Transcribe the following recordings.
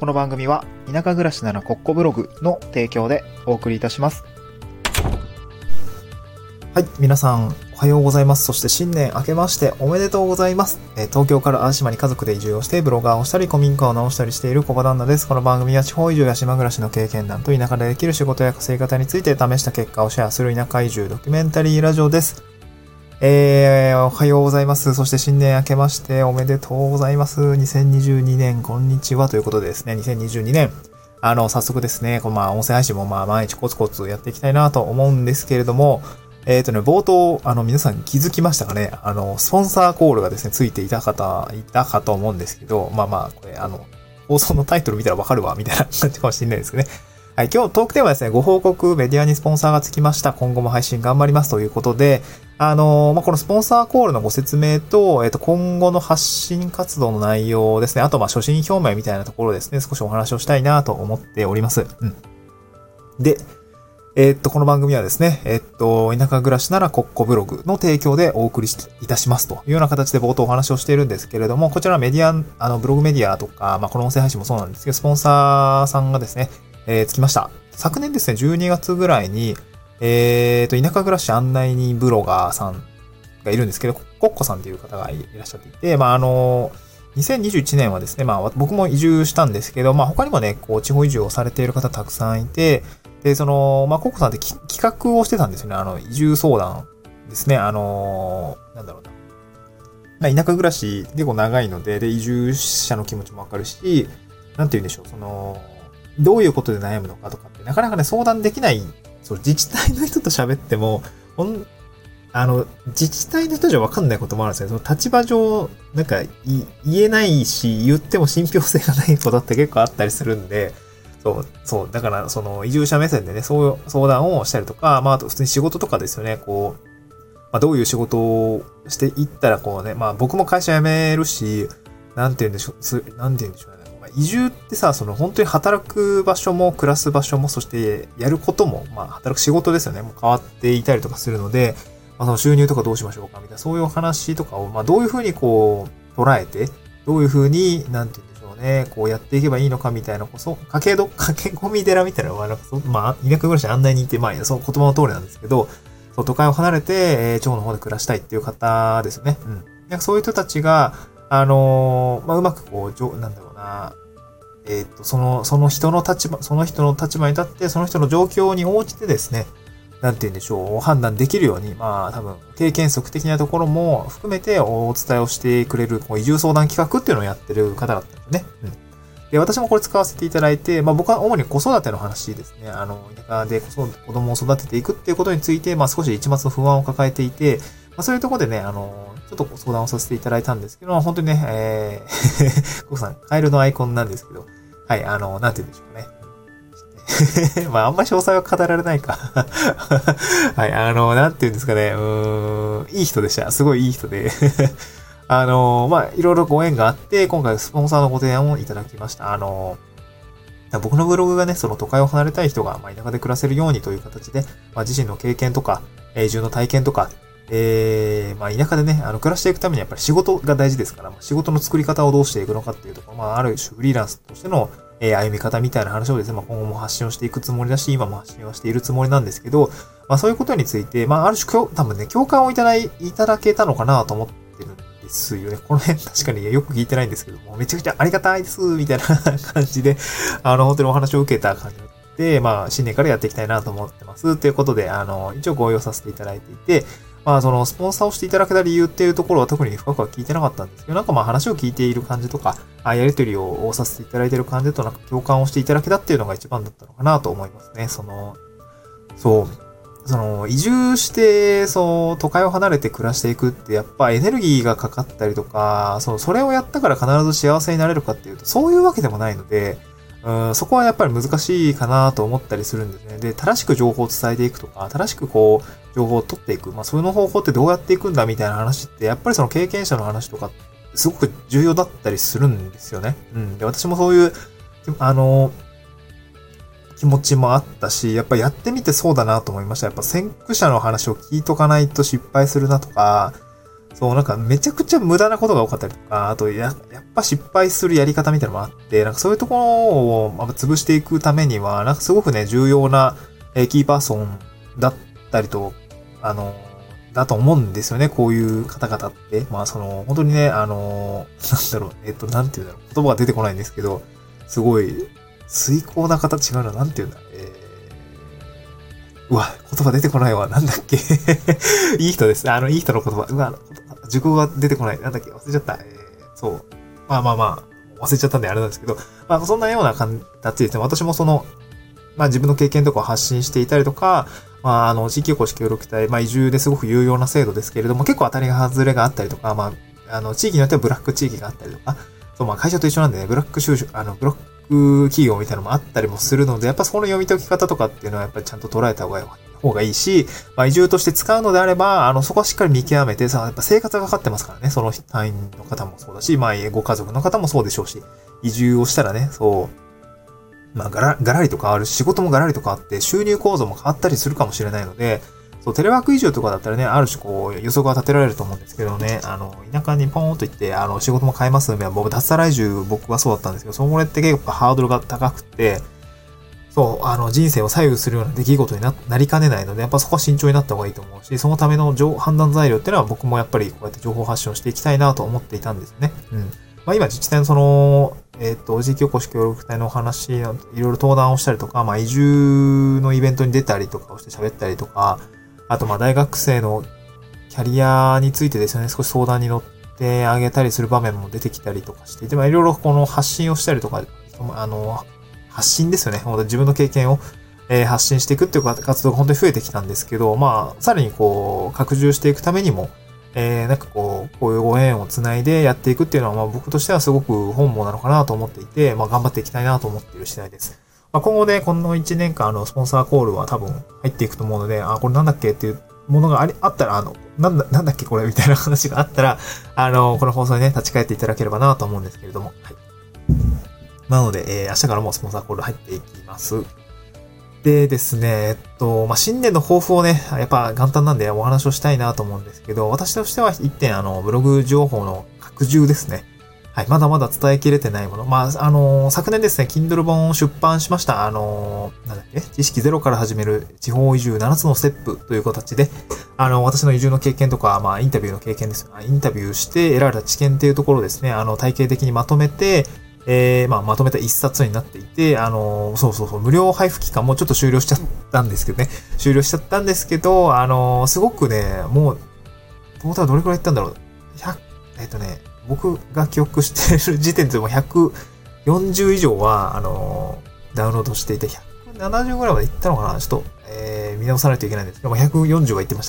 この番組は田舎暮らしならコッコブログの提供でお送りいたします。はい、皆さんおはようございます。そして新年明けましておめでとうございます。東京から淡島に家族で移住をしてブロガーをしたり古民家を直したりしている小場旦那です。この番組は地方移住や島暮らしの経験談と田舎でできる仕事や稼ぎ方について試した結果をシェアする田舎移住ドキュメンタリーラジオです。おはようございます。そして新年明けましておめでとうございます。2022年こんにちはということでですね、2022年早速ですね、音声配信も毎日コツコツやっていきたいなと思うんですけれども、冒頭、皆さん気づきましたかね？スポンサーコールがですね、ついていたかと思うんですけど、これ、放送のタイトル見たらわかるわ、みたいな感じかもしれないですけどね。はい、今日トークテーマはですね、ご報告、メディアにスポンサーがつきました。今後も配信頑張りますということで、このスポンサーコールのご説明と、今後の発信活動の内容ですね、あと、初心表明みたいなところですね、少しお話をしたいなと思っております。で、この番組はですね、田舎暮らしならコッコブログの提供でお送りいたしますというような形で冒頭お話をしているんですけれども、こちらはメディア、ブログメディアとか、この音声配信もそうなんですけど、スポンサーさんがですね、つきました。昨年ですね、12月ぐらいに、田舎暮らし案内人ブロガーさんがいるんですけど、コッコさんという方がいらっしゃっていて、2021年はですね、僕も移住したんですけど、他にもね、地方移住をされている方たくさんいて、で、コッコさんって企画をしてたんですよね。移住相談ですね。田舎暮らし結構長いので、移住者の気持ちもわかるし、なんて言うんでしょう、どういうことで悩むのかとかって、なかなかね、相談できない、自治体の人と喋っても、自治体の人じゃわかんないこともあるんですね。立場上、言えないし、言っても信憑性がないことって結構あったりするんで、だから、移住者目線でね、そういう相談をしたりとか、あと普通に仕事とかですよね、どういう仕事をしていったら、僕も会社辞めるし、なんて言うんでしょうね。移住ってさ、本当に働く場所も、暮らす場所も、そしてやることも、働く仕事ですよね、もう変わっていたりとかするので、収入とかどうしましょうか、みたいな、そういう話とかを、どういうふうに捉えて、どういうふうに、なんて言うんでしょうね、やっていけばいいのかみたいな、駆け込み寺みたいなのは、田舎暮らし案内人って、その言葉の通りなんですけど、都会を離れて、地方の方で暮らしたいっていう方ですよね。そういう人たちが、うまくその人の立場に立って、その人の状況に応じてですね、なんて言うんでしょう、判断できるように、多分、経験則的なところも含めてお伝えをしてくれる、移住相談企画っていうのをやってる方だったんですね。で、私もこれ使わせていただいて、僕は主に子育ての話ですね。田舎で子供を育てていくっていうことについて、少し一抹の不安を抱えていて、そういうところでね、ちょっと相談をさせていただいたんですけど、本当にね、ココさん、カエルのアイコンなんですけど、はい、なんて言うんでしょうね。あんまり詳細は語られないか。はい、なんて言うんですかね、いい人でした。すごいいい人で。いろいろご縁があって、今回スポンサーのご提案をいただきました。僕のブログがね、都会を離れたい人が、田舎で暮らせるようにという形で、自身の経験とか、移住の体験とか、田舎でね、暮らしていくためにやっぱり仕事が大事ですから、仕事の作り方をどうしていくのかっていうところ、ある種フリーランスとしての、歩み方みたいな話をですね、今後も発信をしていくつもりだし、今も発信はしているつもりなんですけど、そういうことについて、ある種多分ね、共感をいただけたのかなと思ってるんですよね。この辺確かによく聞いてないんですけども、めちゃくちゃありがたいです、みたいな感じで、本当にお話を受けた感じで、新年からやっていきたいなと思ってます。ということで、一応ご用意させていただいていて、スポンサーをしていただけた理由っていうところは特に深くは聞いてなかったんですけど、話を聞いている感じとか、やりとりをさせていただいている感じと共感をしていただけたっていうのが一番だったのかなと思いますね。移住して、都会を離れて暮らしていくって、やっぱエネルギーがかかったりとか、それをやったから必ず幸せになれるかっていうと、そういうわけでもないので、そこはやっぱり難しいかなと思ったりするんですね。で、正しく情報を伝えていくとか、正しく情報を取っていく。その方法ってどうやっていくんだみたいな話って、やっぱり経験者の話とか、すごく重要だったりするんですよね。で、私もそういう、気持ちもあったし、やっぱりやってみてそうだなと思いました。やっぱ先駆者の話を聞いとかないと失敗するなとか、 そう、なんかめちゃくちゃ無駄なことが多かったりとか、あとやっぱ失敗するやり方みたいなのもあって、なんかそういうところを潰していくためには、なんかすごくね、重要なキーパーソンだったりと、だと思うんですよね、こういう方々って。まあ本当にね、なんだろう、なんていうんだろう、言葉が出てこないんですけど、すごい、遂行な形違うな、なんていうんだ、うわ、言葉出てこないわ。なんだっけいい人です。いい人の言葉。うわ、熟語が出てこない。なんだっけ忘れちゃった。そう。忘れちゃったんであれなんですけど、そんなような形ですね。私も自分の経験とかを発信していたりとか、地域おこし協力隊、移住ですごく有用な制度ですけれども、結構当たり外れがあったりとか、地域によってはブラック地域があったりとか、そう、会社と一緒なんでね、ブラック企業みたいなのもあったりもするので、やっぱその読み解き方とかっていうのはやっぱりちゃんと捉えた方がいいし、移住として使うのであれば、そこはしっかり見極めてさ、やっぱ生活がかかってますからね、その隊員の方もそうだし、ご家族の方もそうでしょうし、移住をしたらね、そう、ガラリと変わるし、仕事もガラリと変わって、収入構造も変わったりするかもしれないので、そう、テレワーク移住とかだったらね、ある種予測が立てられると思うんですけどね、田舎にポーンと行って、仕事も変えますので、脱サラ移住僕はそうだったんですけど、それって結構ハードルが高くて、そう、人生を左右するような出来事になりかねないので、やっぱそこは慎重になった方がいいと思うし、そのための判断材料っていうのは僕もやっぱりこうやって情報発信をしていきたいなと思っていたんですよね。うん。今自治体の地域おこし協力隊のお話、いろいろ登壇をしたりとか、移住のイベントに出たりとかをして喋ったりとか、あと大学生のキャリアについてですね、少し相談に乗ってあげたりする場面も出てきたりとかしていて、いろいろこの発信をしたりとか、発信ですよね。自分の経験を、発信していくっていう活動が本当に増えてきたんですけど、さらに拡充していくためにも、こういうご縁をつないでやっていくっていうのは、僕としてはすごく本望なのかなと思っていて、頑張っていきたいなと思っている次第です。今後ね、この1年間スポンサーコールは多分入っていくと思うので、これなんだっけっていうものがあったら、なんだっけこれみたいな話があったら、この放送にね、立ち返っていただければなと思うんですけれども、はい。なので、明日からもスポンサーコール入っていきます。でですね、新年の抱負をね、やっぱ元旦なんでお話をしたいなと思うんですけど、私としては一点ブログ情報の拡充ですね。はい、まだまだ伝えきれてないもの。昨年ですね、Kindle 本を出版しました。知識ゼロから始める地方移住7つのステップという形で、私の移住の経験とか、インタビューの経験です。インタビューして得られた知見っていうところですね、体系的にまとめて、まとめた一冊になっていて、無料配布期間もちょっと終了しちゃったんですけどね。終了しちゃったんですけど、すごくね、もう、トータルどれくらいいったんだろう。僕が記憶している時点でも140以上は、ダウンロードしていて、170ぐらいまでいったのかなちょっと、見直さないといけないんですけど、140は言ってました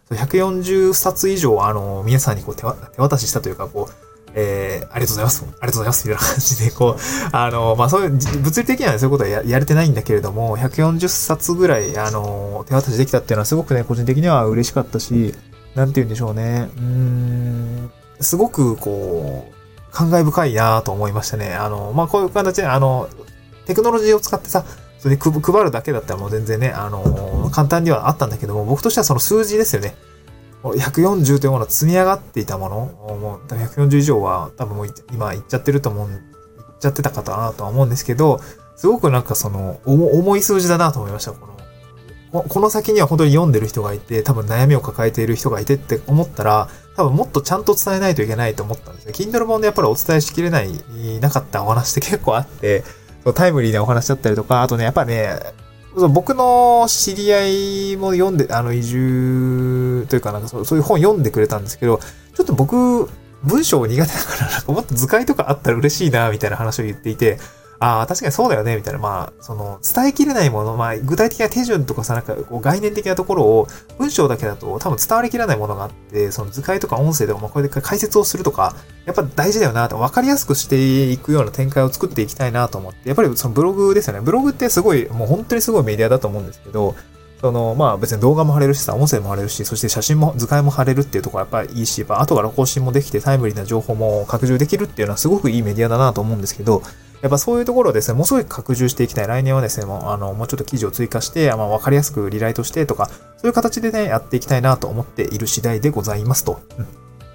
。140冊以上、皆さんに手渡ししたというか、ありがとうございます。ありがとうございます。みたいな感じで、そういう、物理的にはそういうことはやれてないんだけれども、140冊ぐらい、手渡しできたっていうのはすごくね、個人的には嬉しかったし、なんて言うんでしょうね。すごく、感慨深いなと思いましたね。こういう形で、テクノロジーを使ってさ、それで配るだけだったらもう全然ね、簡単にはあったんだけども、僕としてはその数字ですよね。140というものを積み上がっていたもの、もう140以上は多分もう今言っちゃってたかなとは思うんですけど、すごく重い数字だなと思いました。この先には本当に読んでる人がいて、多分悩みを抱えている人がいてって思ったら、多分もっとちゃんと伝えないといけないと思ったんですよ。Kindle 本でやっぱりお伝えしきれなかったお話って結構あって、タイムリーなお話だったりとか、あとね、やっぱね、僕の知り合いも読んで、移住というかそういう本読んでくれたんですけど、ちょっと僕、文章苦手だからもっと図解とかあったら嬉しいな、みたいな話を言っていて、確かにそうだよね、みたいな。伝えきれないもの、具体的な手順とかさ、概念的なところを、文章だけだと多分伝わりきらないものがあって、その図解とか音声でもこれで解説をするとか、やっぱ大事だよなと、分かりやすくしていくような展開を作っていきたいなと思って、やっぱりそのブログですよね。ブログってすごい、もう本当にすごいメディアだと思うんですけど、別に動画も貼れるしさ、音声も貼れるし、そして写真も、図解も貼れるっていうところはやっぱりいいし、後から更新もできてタイムリーな情報も拡充できるっていうのはすごくいいメディアだなと思うんですけど、やっぱそういうところをですね、もうすごい拡充していきたい。来年はですね、もうちょっと記事を追加して、わかりやすくリライトしてとか、そういう形でね、やっていきたいなと思っている次第でございますと。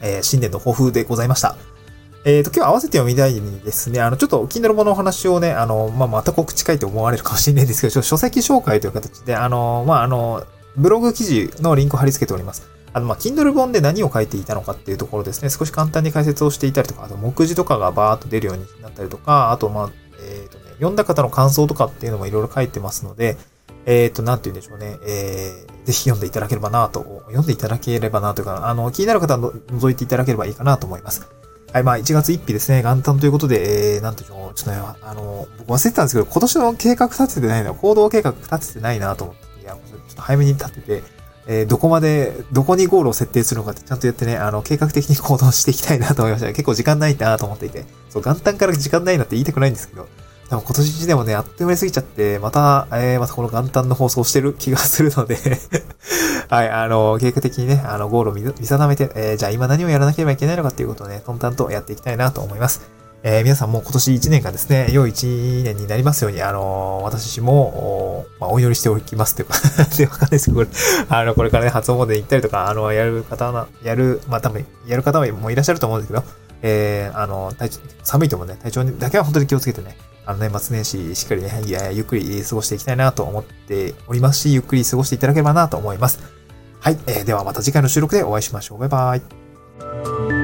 新年の抱負でございました。今日合わせて読みたいにですね、ちょっと Kindle 本のお話をね、また告知会と思われるかもしれないんですけど、書籍紹介という形で、ブログ記事のリンクを貼り付けております。Kindle 本で何を書いていたのかっていうところですね、少し簡単に解説をしていたりとか、あと目次とかがバーっと出るようになったりとか、あと読んだ方の感想とかっていうのもいろいろ書いてますので、なんて言うんでしょうね、ぜひ読んでいただければなというか、気になる方は覗いていただければいいかなと思います。はい、1月1日ですね、元旦ということで、なんていうの、ちょっとね、僕忘れてたんですけど、今年の計画立ててないな、行動計画立ててないなと思って、いや、ちょっと早めに立てて、どこにゴールを設定するのかってちゃんとやってね、計画的に行動していきたいなと思いました。結構時間ないなと思っていて、そう、元旦から時間ないなって言いたくないんですけど、多分今年1年もね、あっという間に過ぎちゃって、またこの元旦の放送をしてる気がするのではい、計画的にね、ゴールを見定めて、じゃあ今何をやらなければいけないのかっていうことをね、トンタンとやっていきたいなと思います。皆さんも今年1年がですね、良い1年になりますように、私も、お祈りしておきますっていうかで、わかんないですけど、これからね、初詣に行ったりとか、やる方もいらっしゃると思うんですけど、寒いともね、体調にだけは本当に気をつけてね、年末年始しっかりね、ゆっくり過ごしていきたいなと思っておりますし、ゆっくり過ごしていただければなと思います。はい、ではまた次回の収録でお会いしましょう。バイバイ。